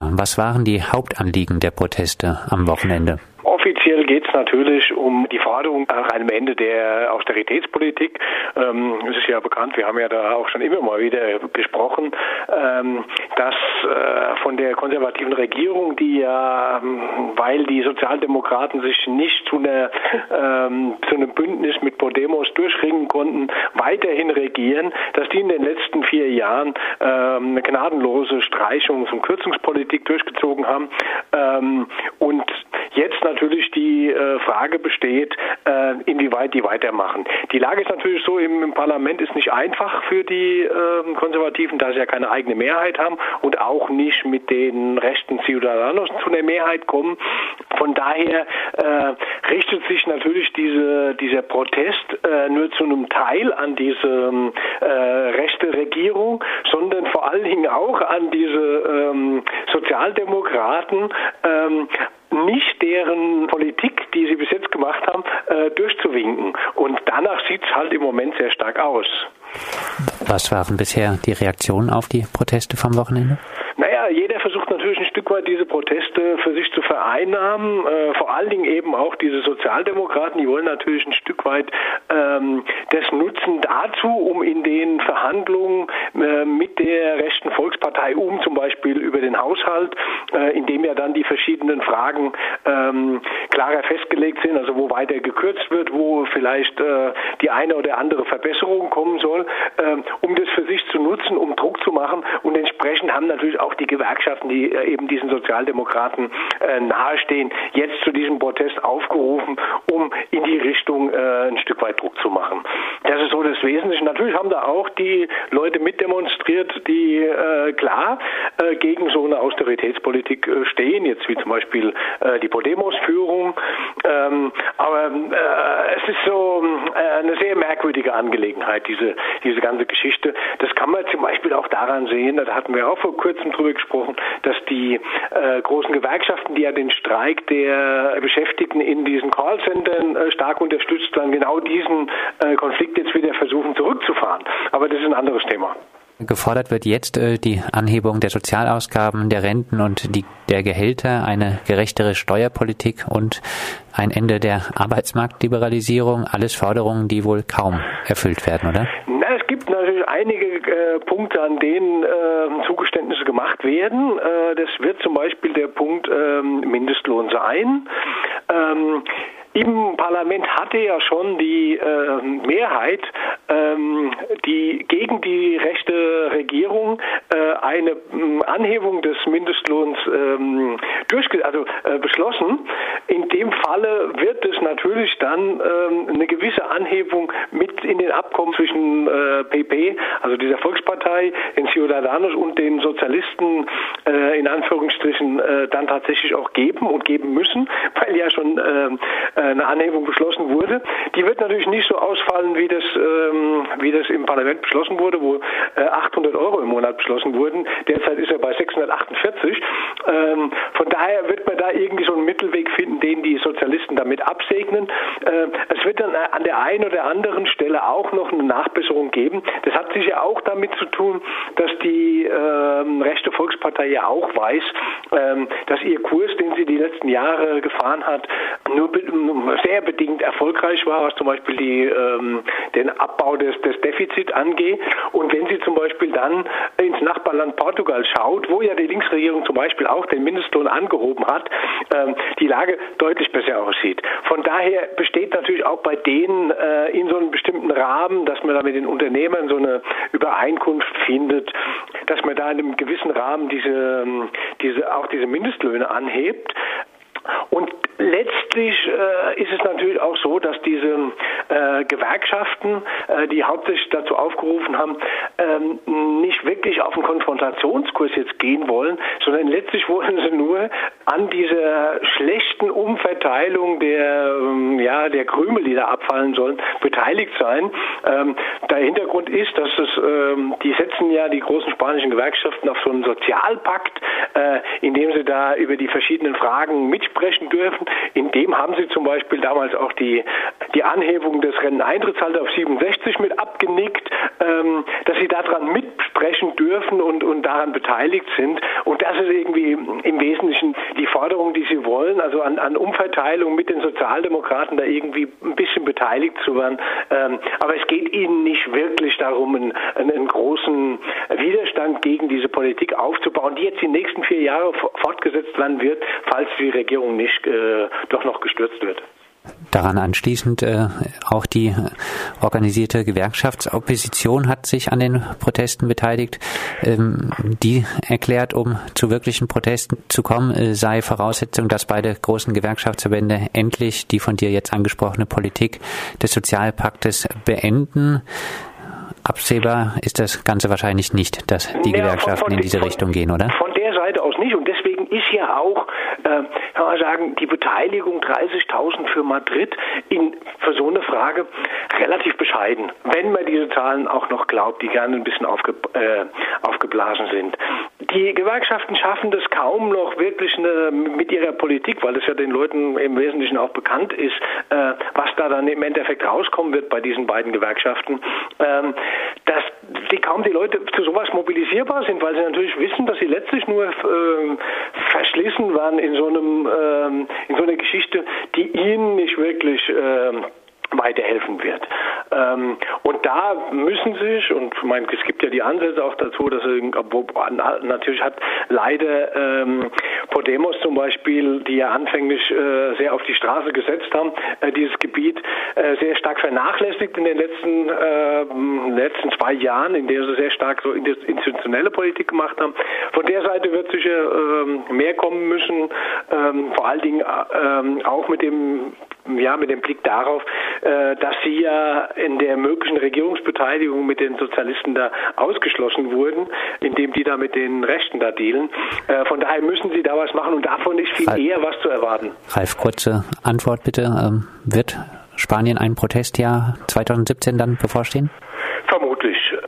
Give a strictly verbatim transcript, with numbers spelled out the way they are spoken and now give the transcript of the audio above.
Was waren die Hauptanliegen der Proteste am Wochenende? Offiziell geht es natürlich um die Forderung nach einem Ende der Austeritätspolitik. Ähm, es ist ja bekannt, wir haben ja da auch schon immer mal wieder gesprochen, ähm, dass äh, von der konservativen Regierung, die ja, ähm, weil die Sozialdemokraten sich nicht zu, einer, ähm, zu einem Bündnis mit Podemos durchringen konnten, weiterhin regieren, dass die in den letzten vier Jahren ähm, eine gnadenlose Streichungs- und Kürzungspolitik durchgezogen haben. Ähm, und jetzt natürlich die äh, Frage besteht, äh, inwieweit die weitermachen. Die Lage ist natürlich so, im, im Parlament ist nicht einfach für die äh, Konservativen, da sie ja keine eigene Mehrheit haben und auch nicht mit den rechten Ciudadanos zu einer Mehrheit kommen. Von daher äh, richtet sich natürlich diese, dieser Protest äh, nur zu einem Teil an diese äh, rechte Regierung, sondern vor allen Dingen auch an diese ähm, Sozialdemokraten, ähm, nicht deren Politik, die sie bis jetzt gemacht haben, äh, durchzuwinken. Und danach sieht es halt im Moment sehr stark aus. Was waren bisher die Reaktionen auf die Proteste vom Wochenende? Naja, jeder versucht natürlich ein Stück weit diese Proteste für sich zu vereinnahmen. Äh, vor allen Dingen eben auch diese Sozialdemokraten, die wollen natürlich ein Stück weit ähm, das nutzen dazu, um in den Verhandlungen äh, mit der rechten Volkspartei um, zum Beispiel über den Haushalt, äh, in dem ja dann die verschiedenen Fragen ähm, klarer festgelegt sind, also wo weiter gekürzt wird, wo vielleicht äh, die eine oder andere Verbesserung kommen soll, äh, um das für sich zu nutzen, um Druck zu machen. Und entsprechend haben natürlich auch die Gewerkschaften, die äh, eben diesen Sozialdemokraten äh, nahestehen, jetzt zu diesem Protest aufgerufen, um in die Richtung äh, ein Stück weit Druck zu machen. Das ist so das Wesentliche. Natürlich haben da auch die Leute mitdemonstriert, die äh, klar äh, gegen so eine Austeritätspolitik äh, stehen, jetzt wie zum Beispiel äh, die Podemos-Führung. Ähm, aber äh, es ist so äh, eine sehr merkwürdige Angelegenheit, diese, diese ganze Geschichte. Das kann man zum Beispiel auch daran sehen, da hatten wir auch vor kurzem drüber gesprochen, dass die äh, großen Gewerkschaften, die ja den Streik der Beschäftigten in diesen Callcentern äh, stark unterstützt, dann genau diesen äh, Konflikt jetzt wieder versuchen zurückzufahren. Aber das ist ein anderes Thema. Gefordert wird jetzt äh, die Anhebung der Sozialausgaben, der Renten und die, der Gehälter, eine gerechtere Steuerpolitik und ein Ende der Arbeitsmarktliberalisierung. Alles Forderungen, die wohl kaum erfüllt werden, oder? Na, es gibt natürlich einige äh, Punkte, an denen äh, Zugeständnisse gemacht werden. Äh, das wird zum Beispiel der Punkt äh, Mindestlohn sein. Ähm, Im Parlament hatte ja schon die äh, Mehrheit, ähm, die gegen die rechte Regierung äh, eine äh, Anhebung des Mindestlohns ähm, durchge- also, äh, beschlossen. In dem Falle wird es natürlich dann ähm, eine gewisse Anhebung mit in den Abkommen zwischen äh, P P, also dieser Volkspartei, den Ciudadanos und den Sozialisten äh, in Anführungsstrichen äh, dann tatsächlich auch geben und geben müssen, weil ja schon äh, eine Anhebung beschlossen wurde. Die wird natürlich nicht so ausfallen, wie das, ähm, wie das im Parlament beschlossen wurde, wo äh, achthundert Euro im Monat beschlossen wurden. Derzeit ist er bei sechshundertachtundvierzig. Ähm, von daher wird man da irgendwie so einen Mittelweg finden, den die Sozialisten damit absegnen. Äh, es wird dann an der einen oder anderen Stelle auch noch eine Nachbesserung geben. Das hat sicher auch damit zu tun, dass die ähm, rechte Volkspartei ja auch weiß, ähm, dass ihr Kurs, den sie die letzten Jahre gefahren hat, nur be- sehr bedingt erfolgreich war, was zum Beispiel die, ähm, den Abbau des, des Defizits angeht. Und wenn sie zum Beispiel dann ins Nachbarland Portugal schaut, wo ja die Linksregierung zum Beispiel auch den Mindestlohn angehoben hat, ähm, die Lage deutlich besser aussieht. Von daher besteht natürlich auch bei denen äh, in so einem bestimmten Rahmen, dass man da mit den Unternehmern so eine Übereinkunft findet, dass man da in einem gewissen Rahmen diese, diese auch diese Mindestlöhne anhebt. Und letztlich äh, ist es natürlich auch so, dass diese äh, Gewerkschaften, äh, die hauptsächlich dazu aufgerufen haben, ähm, nicht wirklich auf einen Konfrontationskurs jetzt gehen wollen, sondern letztlich wollen sie nur an dieser schlechten Umverteilung der, ähm, ja, der Krümel, die da abfallen sollen, beteiligt sein. Ähm, der Hintergrund ist, dass es, ähm, die setzen ja die großen spanischen Gewerkschaften auf so einen Sozialpakt, äh, in dem sie da über die verschiedenen Fragen mitsprechen dürfen. In dem haben sie zum Beispiel damals auch die, die Anhebung des Renteneintrittsalters auf siebenundsechzig mit abgenickt, ähm, dass sie daran mitsprechen dürfen und, und daran beteiligt sind. Und das ist irgendwie im Wesentlichen die Forderung, die sie wollen, also an, an Umverteilung mit den Sozialdemokraten da irgendwie ein bisschen beteiligt zu werden. Ähm, aber es geht ihnen nicht wirklich darum, einen, einen großen Widerstand gegen diese Politik aufzubauen, die jetzt die nächsten vier Jahre fortgesetzt werden wird, falls die Regierung nicht äh, doch noch gestürzt wird. Daran anschließend äh, auch die organisierte Gewerkschaftsopposition hat sich an den Protesten beteiligt. Ähm, die erklärt, um zu wirklichen Protesten zu kommen, äh, sei Voraussetzung, dass beide großen Gewerkschaftsverbände endlich die von dir jetzt angesprochene Politik des Sozialpaktes beenden. Absehbar ist das Ganze wahrscheinlich nicht, dass die ja, Gewerkschaften von, von, in diese von, Richtung gehen, oder? Von der Seite aus nicht. Und deswegen ist ja auch, äh, kann man sagen, die Beteiligung dreißigtausend für Madrid in, für so eine Frage relativ bescheiden. Wenn man diese Zahlen auch noch glaubt, die gerne ein bisschen aufge, äh, aufgeblasen sind. Die Gewerkschaften schaffen das kaum noch wirklich eine, mit ihrer Politik, weil es ja den Leuten im Wesentlichen auch bekannt ist, äh, was da dann im Endeffekt rauskommen wird bei diesen beiden Gewerkschaften. Ähm, dass die kaum die Leute zu sowas mobilisierbar sind, weil sie natürlich wissen, dass sie letztlich nur äh, verschlissen waren in so einem äh, in so einer Geschichte, die ihnen nicht wirklich äh, weiterhelfen wird. Ähm, und da müssen sich, und ich meine, es gibt ja die Ansätze auch dazu, dass natürlich hat leider ähm, Podemos zum Beispiel, die ja anfänglich äh, sehr auf die Straße gesetzt haben, äh, dieses Gebiet äh, sehr stark vernachlässigt in den letzten äh, letzten zwei Jahren, in der sie sehr stark so institutionelle Politik gemacht haben. Von der Seite wird sicher äh, mehr kommen müssen, äh, vor allen Dingen äh, auch mit dem ja, mit dem Blick darauf, äh, dass sie ja in der möglichen Regierungsbeteiligung mit den Sozialisten da ausgeschlossen wurden, indem die da mit den Rechten da dealen. Äh, von daher müssen sie da was machen und davon ist viel Ralf, eher was zu erwarten. Ralf, kurze Antwort bitte. Ähm, wird Spanien ein Protestjahr zwanzig siebzehn dann bevorstehen?